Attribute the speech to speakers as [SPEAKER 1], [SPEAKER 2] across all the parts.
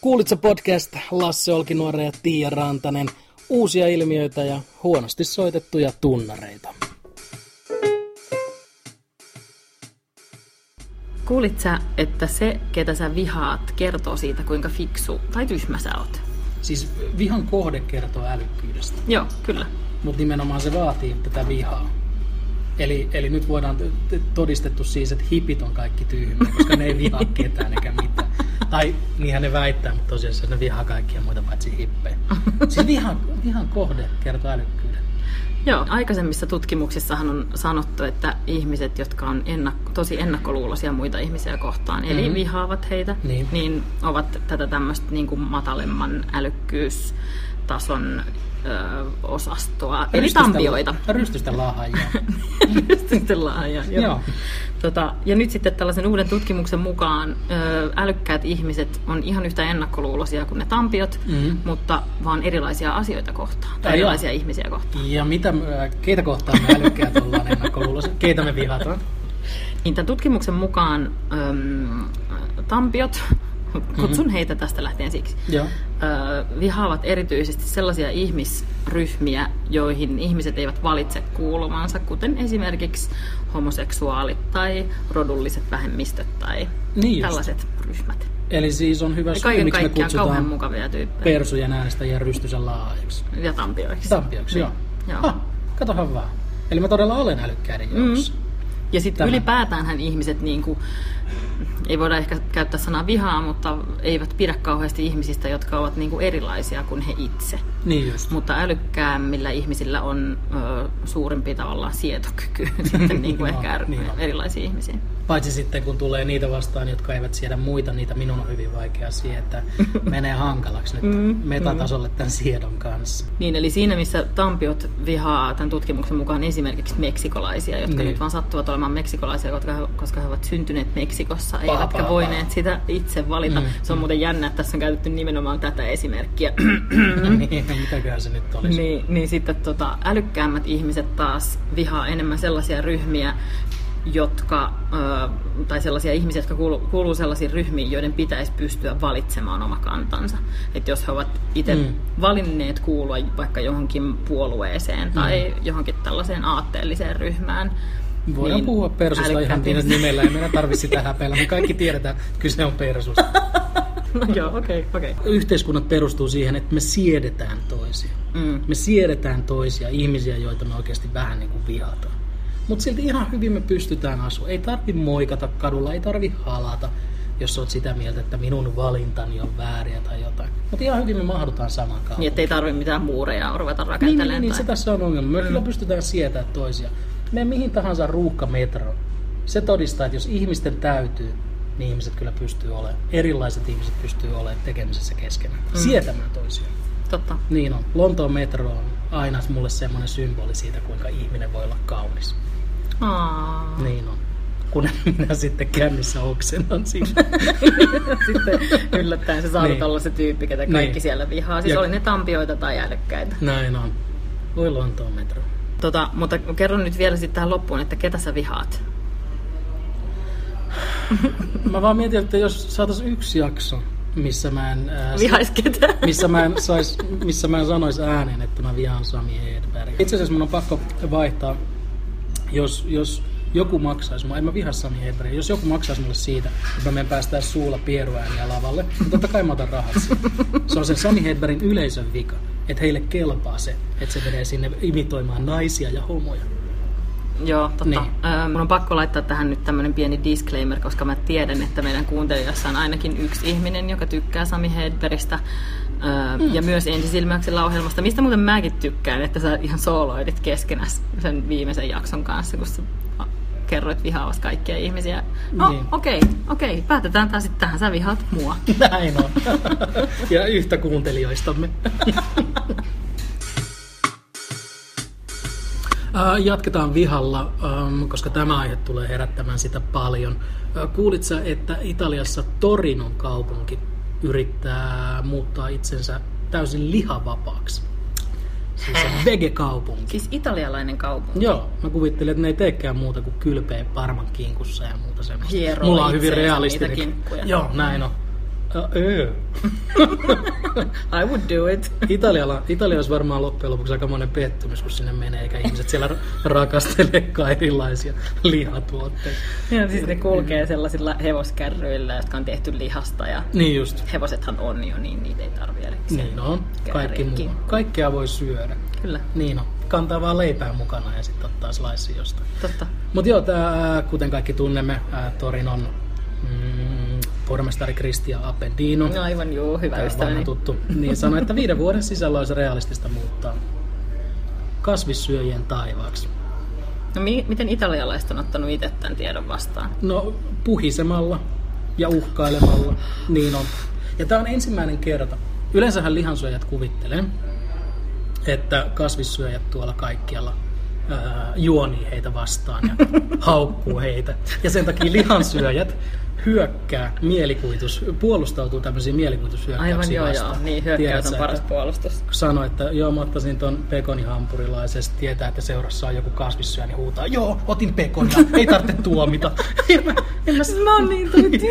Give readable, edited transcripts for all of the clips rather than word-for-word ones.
[SPEAKER 1] Kuulitko podcast Lasse Olkinuore ja Tiia Rantanen, uusia ilmiöitä ja huonosti soitettuja tunnareita.
[SPEAKER 2] Kuulit sä, että se, ketä sä vihaat, kertoo siitä, kuinka fiksu tai tyhmä sä oot?
[SPEAKER 1] Siis vihan kohde kertoo älykkyydestä.
[SPEAKER 2] Joo, kyllä.
[SPEAKER 1] Mutta nimenomaan se vaatii tätä vihaa. Eli nyt voidaan todistettu siis, että hipit on kaikki tyhmiä, koska ne ei vihaa ketään eikä mitään. Tai niinhän ne väittää, mutta tosiaan ne vihaa kaikkia muita paitsi hippejä. Siis vihan kohde kertoo älykkyyden.
[SPEAKER 2] Joo, aikaisemmissa tutkimuksissahan on sanottu, että ihmiset, jotka on tosi ennakkoluuloisia muita ihmisiä kohtaan, eli vihaavat heitä, niin ovat tätä tämmöistä niin kuin matalemman älykkyystason osastoa, eli tampioita.
[SPEAKER 1] Rystystä laahajia.
[SPEAKER 2] Rystystä laahajia, joo. Ja nyt sitten tällaisen uuden tutkimuksen mukaan älykkäät ihmiset on ihan yhtä ennakkoluuloisia kuin ne tampiot, mutta vaan erilaisia asioita kohtaan, tai erilaisia ihmisiä kohtaan.
[SPEAKER 1] Ja keitä kohtaan me älykkäät ollaan ennakkoluuloisia? Keitä me vihataan?
[SPEAKER 2] Niin tämän tutkimuksen mukaan tampiot, kutsun heitä tästä lähtien siksi, vihaavat erityisesti sellaisia ihmisryhmiä, joihin ihmiset eivät valitse kuulumansa, kuten esimerkiksi homoseksuaalit tai rodulliset vähemmistöt tai tällaiset ryhmät.
[SPEAKER 1] Eli siis on hyvä syy, miksi me kutsutaan
[SPEAKER 2] mukavia tyyppejä.
[SPEAKER 1] Persujen äänestäjiä rystysen laajiksi.
[SPEAKER 2] Ja tampioiksi.
[SPEAKER 1] Tampioiksi, joo. Katohan vaan. Eli mä todella olen älykkäiden joukossa.
[SPEAKER 2] Ja sitten ylipäätäänhän ihmiset, ei voida ehkä käyttää sanaa vihaa, mutta eivät pidä kauheasti ihmisistä, jotka ovat erilaisia kuin he itse.
[SPEAKER 1] Niin just.
[SPEAKER 2] Mutta älykkäämmillä ihmisillä on suurempi tavallaan sietokyky sitten ehkä erilaisia ihmisiä.
[SPEAKER 1] Paitsi sitten kun tulee niitä vastaan, jotka eivät siedä muita, niitä minun on hyvin vaikea sietää. Menee hankalaksi nyt metatasolle tämän siedon kanssa.
[SPEAKER 2] Niin, eli siinä missä tampiot vihaa tämän tutkimuksen mukaan esimerkiksi meksikolaisia, jotka nyt vaan sattuvat olemaan meksikolaisia, koska he ovat syntyneet Meksikossa, eivätkä voineet sitä itse valita. Se on muuten jännä, että tässä on käytetty nimenomaan tätä esimerkkiä.
[SPEAKER 1] Mitäköhän se nyt olisi?
[SPEAKER 2] Niin sitten älykkäämmät ihmiset taas vihaa enemmän sellaisia ryhmiä, tai sellaisia ihmisiä, jotka kuuluu sellaisiin ryhmiin, joiden pitäisi pystyä valitsemaan oma kantansa. Että jos he ovat itse valinneet kuulua vaikka johonkin puolueeseen tai johonkin tällaiseen aatteelliseen ryhmään.
[SPEAKER 1] Voidaan puhua persusta ihan nimellä, ei meidän tarvitse sitä häpeillä. Me kaikki tiedetään, että kyse on persusta.
[SPEAKER 2] No joo, okei.
[SPEAKER 1] Yhteiskunnat perustuu siihen, että me siedetään toisia. Me siedetään toisia ihmisiä, joita me oikeasti vähän niin kuin vihataan. Mutta silti ihan hyvin me pystytään asumaan. Ei tarvi moikata kadulla, ei tarvi halata, jos olet sitä mieltä, että minun valintani on vääriä tai jotain. Mutta ihan hyvin me mahdutaan samaan kaupunkiin.
[SPEAKER 2] Niin, ettei tarvi mitään muureja ruveta rakentelemaan.
[SPEAKER 1] Niin, se tässä on ongelma. Me kyllä pystytään sietämään toisia. Me mihin tahansa ruuhkametroon. Se todistaa, että jos ihmisten täytyy, niin ihmiset kyllä pystyy olemaan. Erilaiset ihmiset pystyy olemaan tekemisessä keskenään. Sietämään toisia.
[SPEAKER 2] Totta.
[SPEAKER 1] Niin on. Lontoon metro on aina mulle semmoinen symboli siitä, kuinka ihminen voi olla kaunis. Niin on. Kun minä sitten kännissä oksennan siinä.
[SPEAKER 2] Sitten yllättäen se saattaa olla se tyyppi, ketä kaikki siellä vihaa. Siis oli ne tampioita tai älykkäitä.
[SPEAKER 1] Näin on. Voi Lontoon metro.
[SPEAKER 2] Mutta kerron nyt vielä sitten tähän loppuun, että ketä sä vihaat?
[SPEAKER 1] Mä vaan mietin, että jos saataisiin yksi jakso, missä mä en
[SPEAKER 2] vihais ketään.
[SPEAKER 1] missä mä en sanoisi ääneen, että mä vihaan Sami Hedberg. Itse asiassa mun on pakko vaihtaa, jos joku maksaisi, en mä vihaa Sami Hedberg, jos joku maksaisi mulle siitä, että mä menen päästään suulla pieruääniä lavalle, niin totta kai mä otan rahat siitä. Se on sen Sami Hedbergin yleisön vika, että heille kelpaa se, että se menee sinne imitoimaan naisia ja homoja.
[SPEAKER 2] Joo, totta. Niin. Mun on pakko laittaa tähän nyt tämmönen pieni disclaimer, koska mä tiedän, että meidän kuuntelijassa on ainakin yksi ihminen, joka tykkää Sami Hedbergistä ja myös Ensisilmäyksellä ohjelmasta, mistä muuten mäkin tykkään, että sä ihan sooloidit keskenäs sen viimeisen jakson kanssa, kun sä kerroit vihaavasi kaikkia ihmisiä. No, niin. Okei, päätetään taas sitten tähän, sä vihaat mua.
[SPEAKER 1] Näin on. Ja yhtä kuuntelijoistamme. Jatketaan vihalla, koska tämä aihe tulee herättämään sitä paljon. Kuulit sä, että Italiassa Torinon kaupunki yrittää muuttaa itsensä täysin lihavapaaksi? Siis se vege-kaupunki.
[SPEAKER 2] Siis italialainen kaupunki?
[SPEAKER 1] Joo, mä kuvittelin, että ne ei teekään muuta kuin kylpeä parman kinkussa ja muuta semmoista.
[SPEAKER 2] Hieroo
[SPEAKER 1] mulla on hyvin realistinen.
[SPEAKER 2] kinkkuja.
[SPEAKER 1] Joo, näin on.
[SPEAKER 2] I would do it.
[SPEAKER 1] Italia olisi varmaan loppujen lopuksi aika monen pettymys, kun sinne menee, eikä ihmiset siellä rakastelekaan erilaisia lihatuotteita.
[SPEAKER 2] Ja siis ne kulkee sellaisilla hevoskärryillä, jotka on tehty lihasta. Ja
[SPEAKER 1] niin just.
[SPEAKER 2] Hevosethan on jo, niin niitä ei tarvitse erikseen.
[SPEAKER 1] Niin on. Kaikkea voi syödä.
[SPEAKER 2] Kyllä.
[SPEAKER 1] Niin on. Kantaa vaan leipää mukana ja sitten ottaa slice jostain.
[SPEAKER 2] Totta.
[SPEAKER 1] Mutta joo, kuten kaikki tunnemme, Torinon pormestari Cristian Appendino.
[SPEAKER 2] Aivan joo, hyvä ystäväni.
[SPEAKER 1] Tuttu. Niin sanoi, että 5 vuoden sisällä olisi realistista muuttaa kasvissyöjien taivaaksi.
[SPEAKER 2] No miten italialaiset on ottanut itse tämän tiedon vastaan?
[SPEAKER 1] No puhisemalla ja uhkailemalla. Niin on. Ja tämä on ensimmäinen kerta. Yleensähän lihansyöjät kuvittelee, että kasvissyöjät tuolla kaikkialla juonii heitä vastaan ja haukkuu heitä. Ja sen takia lihansyöjät hyökkää puolustautuu tämmöisiä mielikuvitushyökkäyksiä vastaan.
[SPEAKER 2] Aivan joo, niin hyökkäys on paras puolustus.
[SPEAKER 1] Sanoi, että joo, mä ottaisin ton pekonihampurilaisesta, tietää, että seurassa on joku kasvissyöjä, niin huutaa, joo, otin pekonia, ei tarvitse tuomita.
[SPEAKER 2] Mä oon niin tyyppi.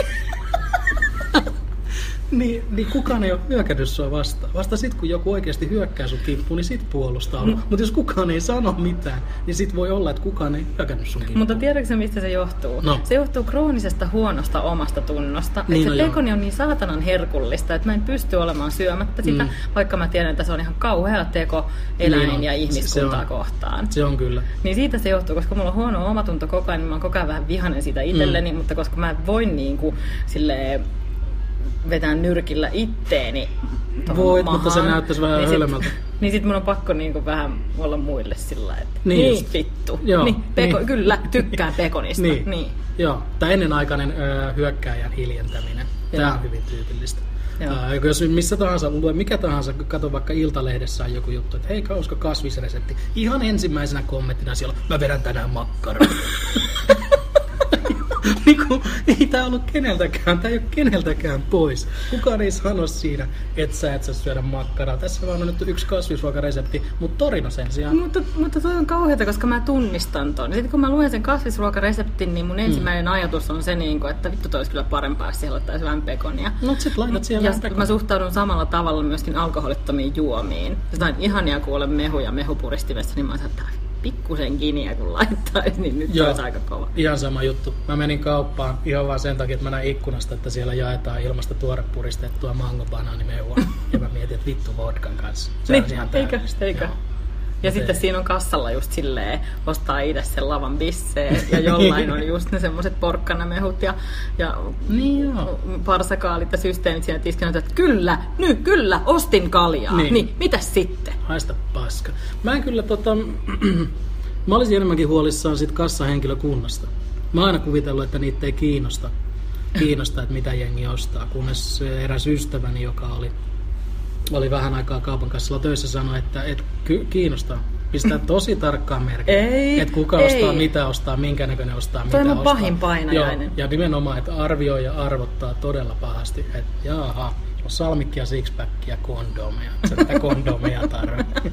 [SPEAKER 1] Niin kukaan ei ole hyökännyt sua vastaan. Vasta sit, kun joku oikeasti hyökkää sun kimppuun, niin sit puolustaa. Mutta jos kukaan ei sano mitään, niin sit voi olla, että kukaan ei hyökännyt sun kimppuun.
[SPEAKER 2] Mutta tiedätkö mistä se johtuu?
[SPEAKER 1] No.
[SPEAKER 2] Se johtuu kroonisesta huonosta omasta tunnosta.
[SPEAKER 1] Niin,
[SPEAKER 2] että se pekoni on niin saatanan herkullista, että mä en pysty olemaan syömättä sitä, vaikka mä tiedän, että se on ihan kauhea teko eläin ja ihmiskuntaa kohtaan.
[SPEAKER 1] Se on kyllä.
[SPEAKER 2] Niin siitä se johtuu, koska mulla on huono omatunto koko ajan, niin mä oon koko ajan vähän vihainen siitä itselleni, mutta koska mä en voi niinku silleen vetää nyrkillä itteeni
[SPEAKER 1] voit,
[SPEAKER 2] mahaan,
[SPEAKER 1] mutta se näyttäisi vähän hölmöltä.
[SPEAKER 2] Niin sit mun on pakko niinku vähän olla muille sillä, että
[SPEAKER 1] niin
[SPEAKER 2] vittu.
[SPEAKER 1] Joo,
[SPEAKER 2] niin. Kyllä, tykkään pekonista.
[SPEAKER 1] niin. Joo, tämä ennenaikainen hyökkääjän hiljentäminen. Tämä on hyvin tyypillistä. Jos missä tahansa lue, mikä tahansa, kato vaikka Iltalehdessä on joku juttu, että hei, hauska kasvisresepti. Ihan ensimmäisenä kommenttina siellä, mä vedän tänään makkaraa. Niin ei tää ollut keneltäkään, tää ei ole keneltäkään pois. Kukaan ei sano siinä, että sä et saa syödä makkaraa. Tässä vaan on nyt yksi kasvisruokaresepti, mutta Torino sen sijaan.
[SPEAKER 2] Mutta toi on kauheata, koska mä tunnistan ton. Sitten kun mä luen sen kasvisruokareseptin, niin mun ensimmäinen ajatus on se, että vittu toi olisi kyllä parempaa, jos siellä ottaisi vähän pekonia.
[SPEAKER 1] No sit laitat siellä
[SPEAKER 2] ja mä suhtaudun samalla tavalla myöskin alkoholittomiin juomiin. Jotain ihania kuule mehuja mehupuristimessa, niin mä oon että pikkusen kiniä kun laittaisi, niin nyt olisi aika kova.
[SPEAKER 1] Ihan sama juttu. Mä menin kauppaan ihan vaan sen takia, että mä näin ikkunasta, että siellä jaetaan ilmasta tuorepuristettua mango-banaanimehua. Ja mä mietin, että vittu vodkan kanssa. Se
[SPEAKER 2] niin,
[SPEAKER 1] on ihan
[SPEAKER 2] eikö? Ja sitten siinä on kassalla just silleen, ostaa itse sen lavan bisseen ja jollain on just ne semmoiset porkkanamehut ja
[SPEAKER 1] niin
[SPEAKER 2] parsakaalit ja systeemit siinä tiskillä, että kyllä, ostin kaljaa. Niin, mitäs sitten?
[SPEAKER 1] Haista paska. Mä en kyllä mä olisin enemmänkin huolissaan sit kassahenkilökunnasta. Mä oon aina kuvitellut, että niitä ei kiinnosta, että mitä jengi ostaa, kunnes eräs ystäväni, joka oli vähän aikaa kaupan kassalla töissä, sanoi, että kiinnostaa. Pistää tosi tarkkaan merkille, että kuka ostaa, minkä näköinen ostaa, mitä ostaa.
[SPEAKER 2] Toi on pahin painajainen.
[SPEAKER 1] Ja nimenomaan, että arvioi ja arvottaa todella pahasti, että jaha, on salmikkia, sixpackia, kondomeja. Sä tätä kondomeja tarvitsee.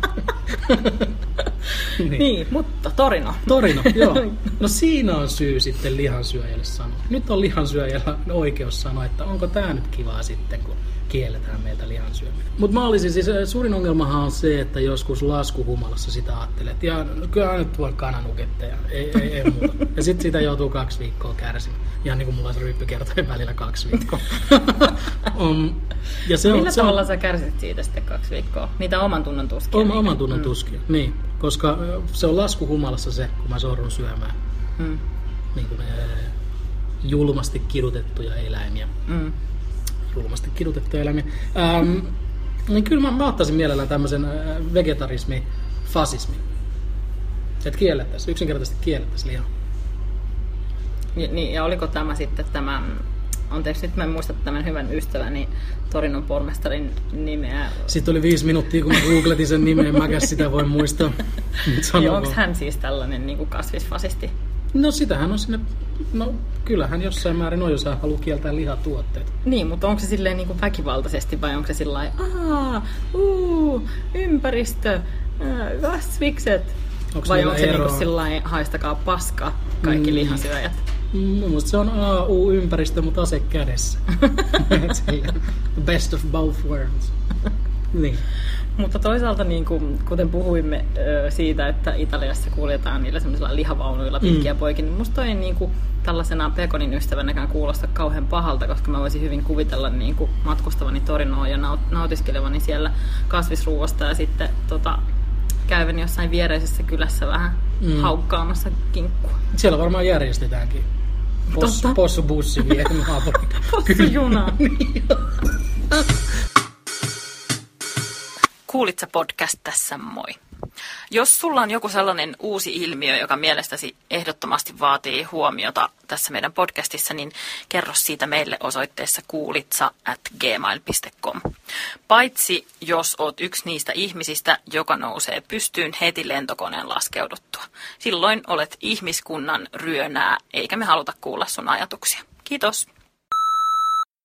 [SPEAKER 2] niin, mutta Torino,
[SPEAKER 1] joo. No siinä on syy sitten lihansyöjälle sanoa. Nyt on lihansyöjällä oikeus sanoa, että onko tää nyt kivaa sitten, kun kielletään meiltä lihansyöminen. Mutta mä olisin siis, suurin ongelmahan on se, että joskus laskuhumalassa sitä ajattelet. Ja kyllä nyt voi kananuketteja, ei muuta. Ja sit sitä joutuu 2 viikkoa kärsimään. Ihan niin kuin mulla olisi ryyppykertojen välillä 2 viikkoa.
[SPEAKER 2] Ja millä tavalla sä kärsit siitä sitten 2 viikkoa? Niitä oman tunnon tuskia?
[SPEAKER 1] Oman tunnon tuskia, niin. Koska se on laskuhumalassa se, kun mä sorrun syömään. Niin kuin julmasti kidutettuja eläimiä. Julmasti kidutettuja eläimiä. Niin kyllä mä ottaisin mielellään tämmöisen vegetarismi-fasismi. Että yksinkertaisesti kiellettäisiin lihaa.
[SPEAKER 2] Niin, ja oliko tämä sitten anteeksi, nyt mä en muista tämän hyvän ystäväni Torinon pormestarin nimeä.
[SPEAKER 1] Sitten oli 5 minuuttia, kun mä googletin sen nimeä, en mäkäs sitä voi muistaa.
[SPEAKER 2] Niin onko hän siis tällainen niin kuin kasvisfasisti?
[SPEAKER 1] No sitähän on sinne, kyllähän jossain määrin on, jos hän haluaa kieltää lihatuotteet.
[SPEAKER 2] Niin, mutta onko se silleen niin kuin väkivaltaisesti vai onko se sillä ympäristö, kasvikset? Vai onko se niin kuin sillä haistakaa paskaa kaikki lihansyöjät?
[SPEAKER 1] Mun mielestä se on AU-ympäristö, mutta ase kädessä. Best of both worlds. Niin.
[SPEAKER 2] Mutta toisaalta, niin kuten puhuimme siitä, että Italiassa kuljetaan niillä semmoisilla lihavaunuilla pitkiä poikin, niin musta toi niin kuin, tällaisena pekonin ystävänäkään kuulostaa kauhean pahalta, koska mä voisin hyvin kuvitella niin kuin, matkustavani Torinoon ja nautiskelevani siellä kasvisruuasta ja sitten käyvän jossain viereisessä kylässä vähän haukkaamassa kinkkua.
[SPEAKER 1] Siellä varmaan järjestetäänkin. Possubussi vie naapurin.
[SPEAKER 2] Possujuna. Kuulitsä podcast tässä, moi. Jos sulla on joku sellainen uusi ilmiö, joka mielestäsi ehdottomasti vaatii huomiota tässä meidän podcastissa, niin kerro siitä meille osoitteessa kuulitsa@gmail.com. Paitsi jos oot yksi niistä ihmisistä, joka nousee pystyyn heti lentokoneen laskeuduttua. Silloin olet ihmiskunnan ryönää, eikä me haluta kuulla sun ajatuksia. Kiitos.